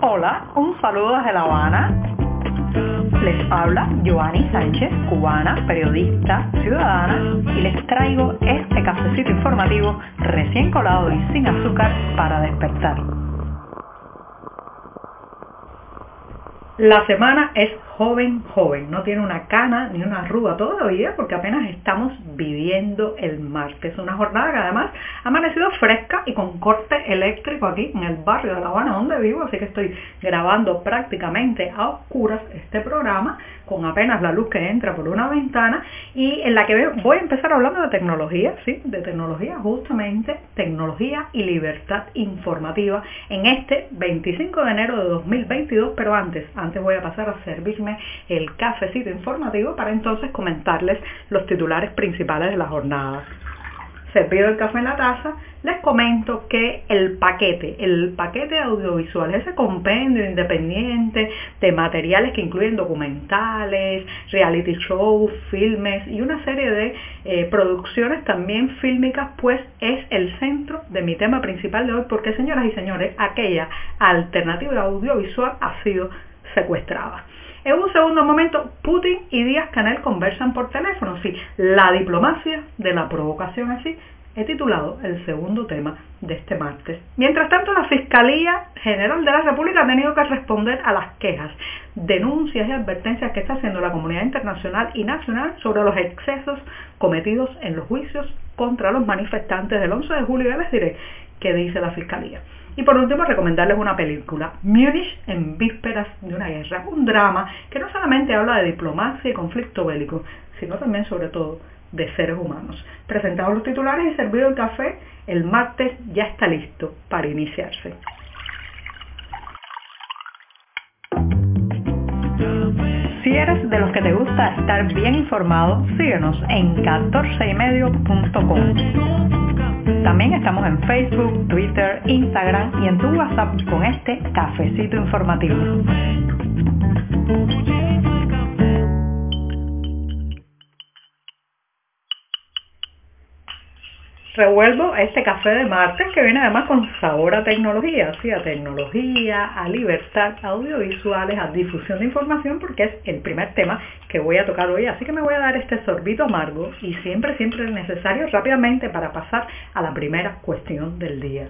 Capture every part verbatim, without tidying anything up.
Hola, un saludo desde La Habana. Les habla Joanny Sánchez, cubana, periodista, ciudadana, y les traigo este cafecito informativo recién colado y sin azúcar para despertar. La semana es joven, joven, no tiene una cana ni una arruga todavía porque apenas estamos viviendo el martes. Una jornada que además ha amanecido fresca y con corte eléctrico aquí en el barrio de La Habana donde vivo, así que estoy grabando prácticamente a oscuras este programa con apenas la luz que entra por una ventana y en la que voy a empezar hablando de tecnología, sí, de tecnología, justamente tecnología y libertad informativa en este veinticinco de enero de dos mil veintidós, pero antes, antes voy a pasar a servirme el cafecito informativo para entonces comentarles los titulares principales de la jornada. Servido el café en la taza, les comento que el paquete, el paquete audiovisual, ese compendio independiente de materiales que incluyen documentales, reality shows, filmes y una serie de eh, producciones también fílmicas, pues es el centro de mi tema principal de hoy, porque señoras y señores, aquella alternativa audiovisual ha sido secuestrada. En un segundo momento, Putin y Díaz-Canel conversan por teléfono. Sí, la diplomacia de la provocación, así he titulado el segundo tema de este martes. Mientras tanto, la Fiscalía General de la República ha tenido que responder a las quejas, denuncias y advertencias que está haciendo la comunidad internacional y nacional sobre los excesos cometidos en los juicios contra los manifestantes del once de julio. Ya les diré qué dice la Fiscalía. Y por último, recomendarles una película, Múnich en vísperas de una guerra, un drama que no solamente habla de diplomacia y conflicto bélico, sino también, sobre todo, de seres humanos. Presentados los titulares y servido el café, el martes ya está listo para iniciarse. Si eres de los que te gusta estar bien informado, síguenos en catorce y medio punto com. También estamos en Facebook, Twitter, Instagram y en tu WhatsApp con este cafecito informativo. Revuelvo este café de martes que viene además con sabor a tecnología, sí, a tecnología, a libertad, a audiovisuales, a difusión de información, porque es el primer tema que voy a tocar hoy, así que me voy a dar este sorbito amargo y siempre, siempre es necesario rápidamente para pasar a la primera cuestión del día.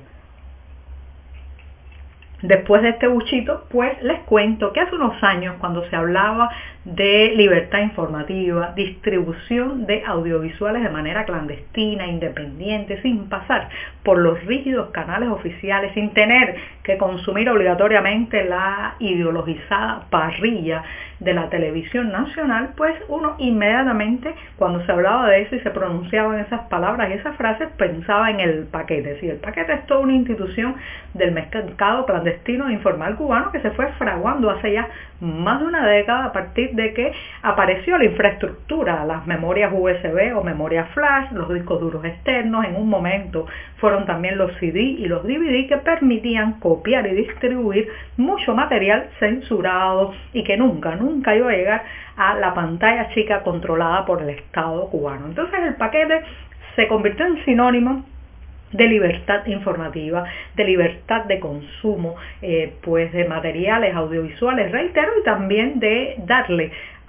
Después de este buchito, pues les cuento que hace unos años, cuando se hablaba de libertad informativa, distribución de audiovisuales de manera clandestina, independiente, sin pasar por los rígidos canales oficiales, sin tener que consumir obligatoriamente la ideologizada parrilla de la televisión nacional, pues uno inmediatamente, cuando se hablaba de eso y se pronunciaban esas palabras y esas frases, pensaba en el paquete. Sí, el paquete es toda una institución del mercado clandestino e informal cubano que se fue fraguando hace ya más de una década a partir de que apareció la infraestructura, las memorias U S B o memorias flash, los discos duros externos. En un momento fueron también los C D y los D V D que permitían copiar y distribuir mucho material censurado y que nunca, nunca iba a llegar a la pantalla chica controlada por el Estado cubano. Entonces el paquete se convirtió en sinónimo de libertad informativa, de libertad de consumo, eh, pues de materiales audiovisuales, reitero, y también de darle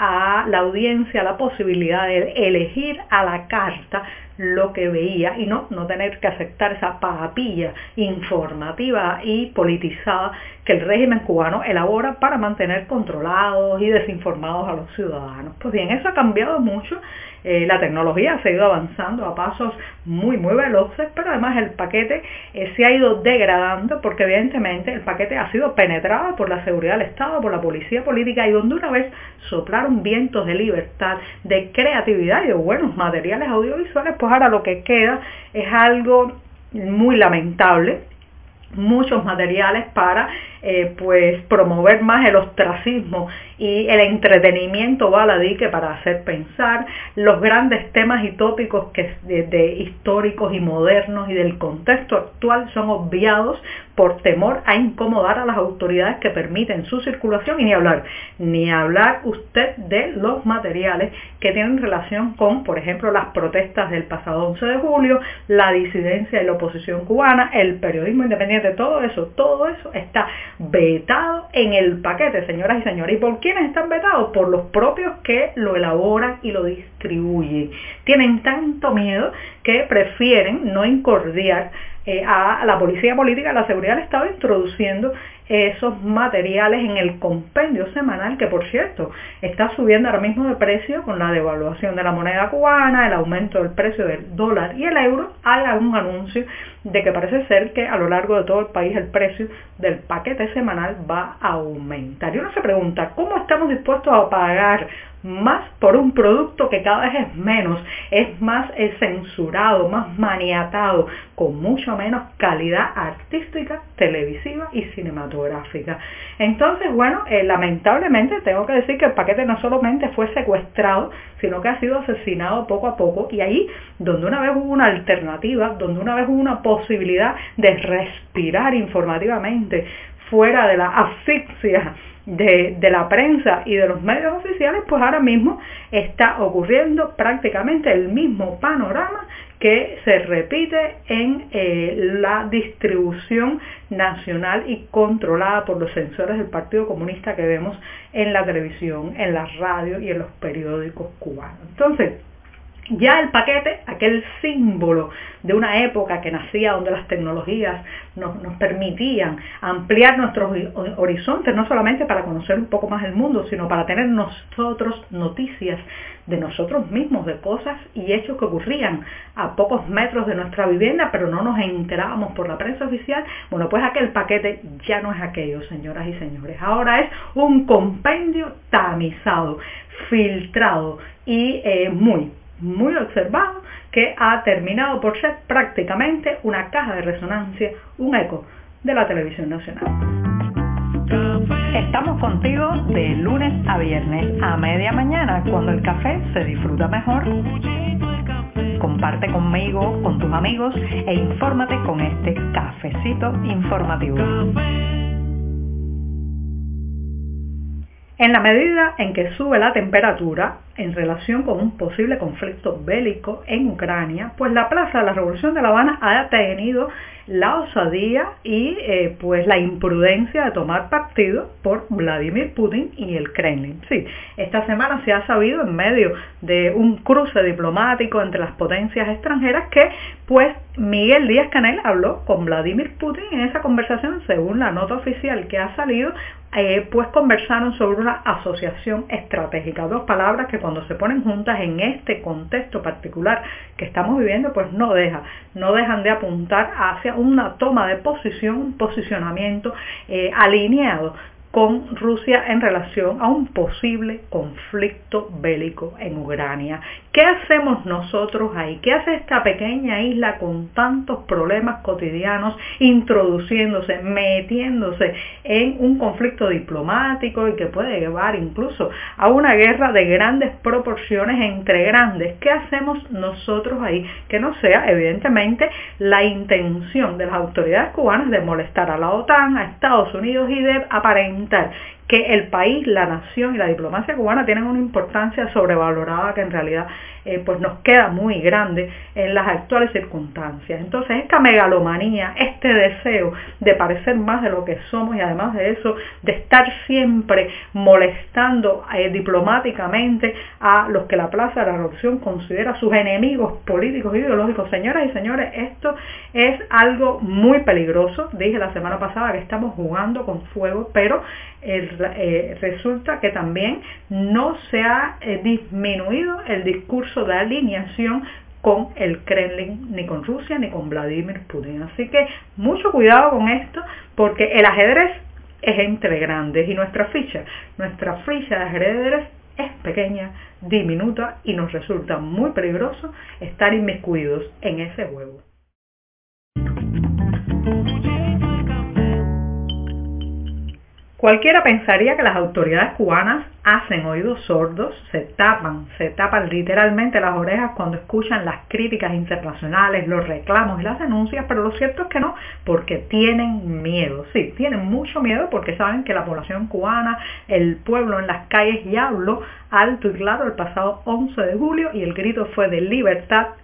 a la audiencia la posibilidad de elegir a la carta lo que veía y no, no tener que aceptar esa papilla informativa y politizada que el régimen cubano elabora para mantener controlados y desinformados a los ciudadanos. Pues bien, eso ha cambiado mucho. Eh, la tecnología ha seguido avanzando a pasos muy muy veloces, pero además el paquete eh, se ha ido degradando porque evidentemente el paquete ha sido penetrado por la seguridad del Estado, por la policía política, y donde una vez soplaron vientos de libertad, de creatividad y de buenos materiales audiovisuales, pues ahora lo que queda es algo muy lamentable. Muchos materiales para eh, pues promover más el ostracismo y el entretenimiento baladí que para hacer pensar. Los grandes temas y tópicos que de, de históricos y modernos y del contexto actual son obviados por temor a incomodar a las autoridades que permiten su circulación, y ni hablar, ni hablar usted de los materiales que tienen relación con, por ejemplo, las protestas del pasado once de julio, la disidencia de la oposición cubana, el periodismo independiente, todo eso, todo eso está vetado en el paquete, señoras y señores. ¿Y por quiénes están vetados? Por los propios que lo elaboran y lo distribuyen. Tienen tanto miedo que prefieren no incordiar eh, a la policía política, a la seguridad del Estado, introduciendo esos materiales en el compendio semanal, que por cierto está subiendo ahora mismo de precio con la devaluación de la moneda cubana, el aumento del precio del dólar y el euro. Hay un anuncio de que parece ser que a lo largo de todo el país el precio del paquete semanal va a aumentar. Y uno se pregunta, ¿cómo estamos dispuestos a pagar más por un producto que cada vez es menos, es más es censurado, más maniatado, con mucho menos calidad artística, televisiva y cinematográfica? Entonces, bueno, eh, lamentablemente tengo que decir que el paquete no solamente fue secuestrado, sino que ha sido asesinado poco a poco, y ahí donde una vez hubo una alternativa, donde una vez hubo una posibilidad de respirar informativamente fuera de la asfixia De, de la prensa y de los medios oficiales, pues ahora mismo está ocurriendo prácticamente el mismo panorama que se repite en eh, la distribución nacional y controlada por los censores del Partido Comunista que vemos en la televisión, en la radio y en los periódicos cubanos. Entonces, ya el paquete, aquel símbolo de una época que nacía donde las tecnologías nos, nos permitían ampliar nuestros horizontes, no solamente para conocer un poco más el mundo, sino para tener nosotros noticias de nosotros mismos, de cosas y hechos que ocurrían a pocos metros de nuestra vivienda, pero no nos enterábamos por la prensa oficial. Bueno, pues aquel paquete ya no es aquello, señoras y señores. Ahora es un compendio tamizado, filtrado y eh, muy muy observado, que ha terminado por ser prácticamente una caja de resonancia, un eco de la televisión nacional. Estamos contigo de lunes a viernes a media mañana, cuando el café se disfruta mejor. Comparte conmigo, con tus amigos, e infórmate con este cafecito informativo. En la medida en que sube la temperatura en relación con un posible conflicto bélico en Ucrania, pues la Plaza de la Revolución de La Habana ha tenido la osadía y eh, pues la imprudencia de tomar partido por Vladimir Putin y el Kremlin. Sí, esta semana se ha sabido, en medio de un cruce diplomático entre las potencias extranjeras, que pues Miguel Díaz-Canel habló con Vladimir Putin. En esa conversación, según la nota oficial que ha salido, eh, pues conversaron sobre una asociación estratégica. Dos palabras que cuando se ponen juntas en este contexto particular que estamos viviendo, pues no deja, no dejan de apuntar hacia una toma de posición, un posicionamiento eh, alineado con Rusia en relación a un posible conflicto bélico en Ucrania. ¿Qué hacemos nosotros ahí? ¿Qué hace esta pequeña isla con tantos problemas cotidianos, introduciéndose, metiéndose en un conflicto diplomático y que puede llevar incluso a una guerra de grandes proporciones entre grandes? ¿Qué hacemos nosotros ahí? Que no sea, evidentemente, la intención de las autoridades cubanas de molestar a la OTAN, a Estados Unidos y de aparentar que el país, la nación y la diplomacia cubana tienen una importancia sobrevalorada que en realidad eh, pues nos queda muy grande en las actuales circunstancias. Entonces, esta megalomanía, este deseo de parecer más de lo que somos, y además de eso, de estar siempre molestando eh, diplomáticamente a los que la Plaza de la Revolución considera sus enemigos políticos e ideológicos. Señoras y señores, esto es algo muy peligroso. Dije la semana pasada que estamos jugando con fuego, pero eh, eh, resulta que también no se ha eh, disminuido el discurso de alineación con el Kremlin, ni con Rusia, ni con Vladimir Putin. Así que mucho cuidado con esto, porque el ajedrez es entre grandes y nuestra ficha, nuestra ficha de ajedrez es pequeña, diminuta, y nos resulta muy peligroso estar inmiscuidos en ese juego. Cualquiera pensaría que las autoridades cubanas hacen oídos sordos, se tapan, se tapan literalmente las orejas cuando escuchan las críticas internacionales, los reclamos y las denuncias, pero lo cierto es que no, porque tienen miedo. Sí, tienen mucho miedo porque saben que la población cubana, el pueblo en las calles ya habló alto y claro el pasado once de julio, y el grito fue de libertad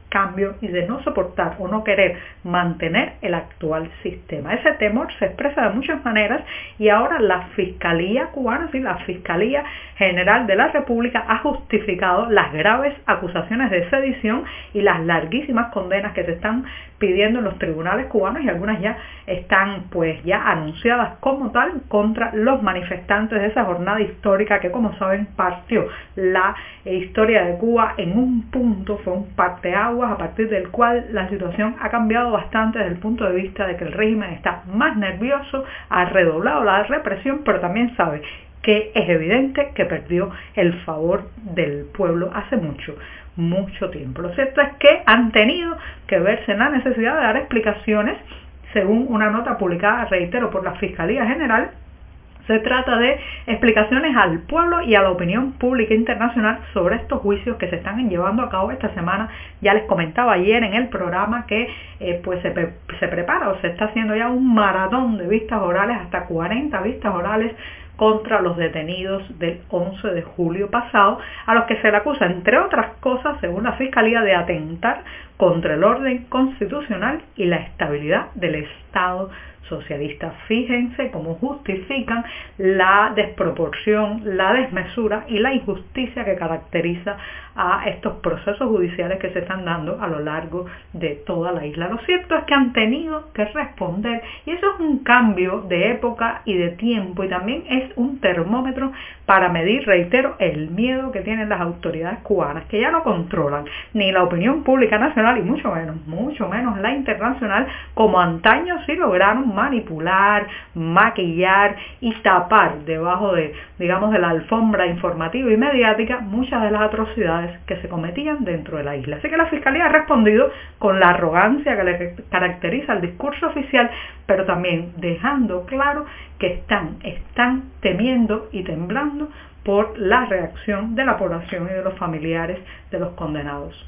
cambio y de no soportar o no querer mantener el actual sistema. Ese temor se expresa de muchas maneras y ahora la Fiscalía cubana, sí, la Fiscalía General de la República ha justificado las graves acusaciones de sedición y las larguísimas condenas que se están pidiendo en los tribunales cubanos, y algunas ya están pues ya anunciadas como tal contra los manifestantes de esa jornada histórica que, como saben, partió la historia de Cuba en un punto, fue un parteaguas a partir del cual la situación ha cambiado bastante desde el punto de vista de que el régimen está más nervioso, ha redoblado la represión, pero también sabe que es evidente que perdió el favor del pueblo hace mucho, mucho tiempo. Lo cierto es que han tenido que verse en la necesidad de dar explicaciones, según una nota publicada, reitero, por la Fiscalía General. Se trata de explicaciones al pueblo y a la opinión pública internacional sobre estos juicios que se están llevando a cabo esta semana. Ya les comentaba ayer en el programa que eh, pues se, se prepara o se está haciendo ya un maratón de vistas orales, hasta cuarenta vistas orales contra los detenidos del once de julio pasado, a los que se le acusa, entre otras cosas, según la Fiscalía, de atentar contra el orden constitucional y la estabilidad del Estado socialista. Fíjense cómo justifican la desproporción, la desmesura y la injusticia que caracteriza a estos procesos judiciales que se están dando a lo largo de toda la isla. Lo cierto es que han tenido que responder, y eso es un cambio de época y de tiempo, y también es un termómetro para medir, reitero, el miedo que tienen las autoridades cubanas, que ya no controlan ni la opinión pública nacional y mucho menos, mucho menos la internacional, como antaño sí lograron manipular, maquillar y tapar debajo de, digamos, de la alfombra informativa y mediática muchas de las atrocidades que se cometían dentro de la isla. Así que la Fiscalía ha respondido con la arrogancia que le caracteriza el discurso oficial, pero también dejando claro que están, están temiendo y temblando por la reacción de la población y de los familiares de los condenados.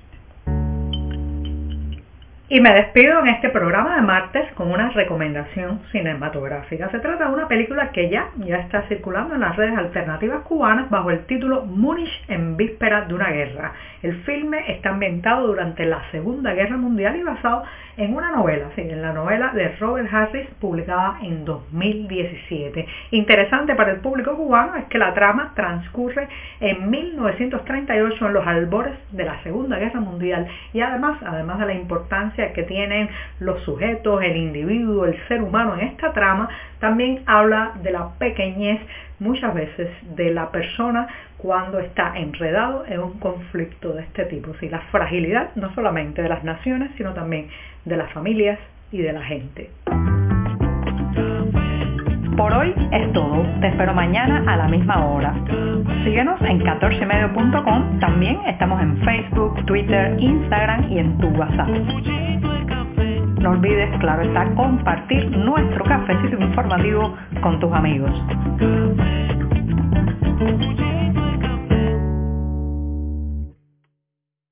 Y me despido en este programa de martes con una recomendación cinematográfica. Se trata de una película que ya, ya está circulando en las redes alternativas cubanas bajo el título Múnich en vísperas de una guerra. El filme está ambientado durante la Segunda Guerra Mundial y basado en una novela, sí, en la novela de Robert Harris, publicada en dos mil diecisiete. Interesante para el público cubano es que la trama transcurre en mil novecientos treinta y ocho, en los albores de la Segunda Guerra Mundial, y además, además de la importancia que tienen los sujetos, el individuo, el ser humano en esta trama, también habla de la pequeñez muchas veces de la persona cuando está enredado en un conflicto de este tipo. Sí, la fragilidad no solamente de las naciones, sino también de las familias y de la gente. Por hoy es todo. Te espero mañana a la misma hora. Síguenos en catorce y medio punto com. También estamos en Facebook, Twitter, Instagram y en tu WhatsApp. No olvides, claro está, compartir nuestro cafecito informativo con tus amigos.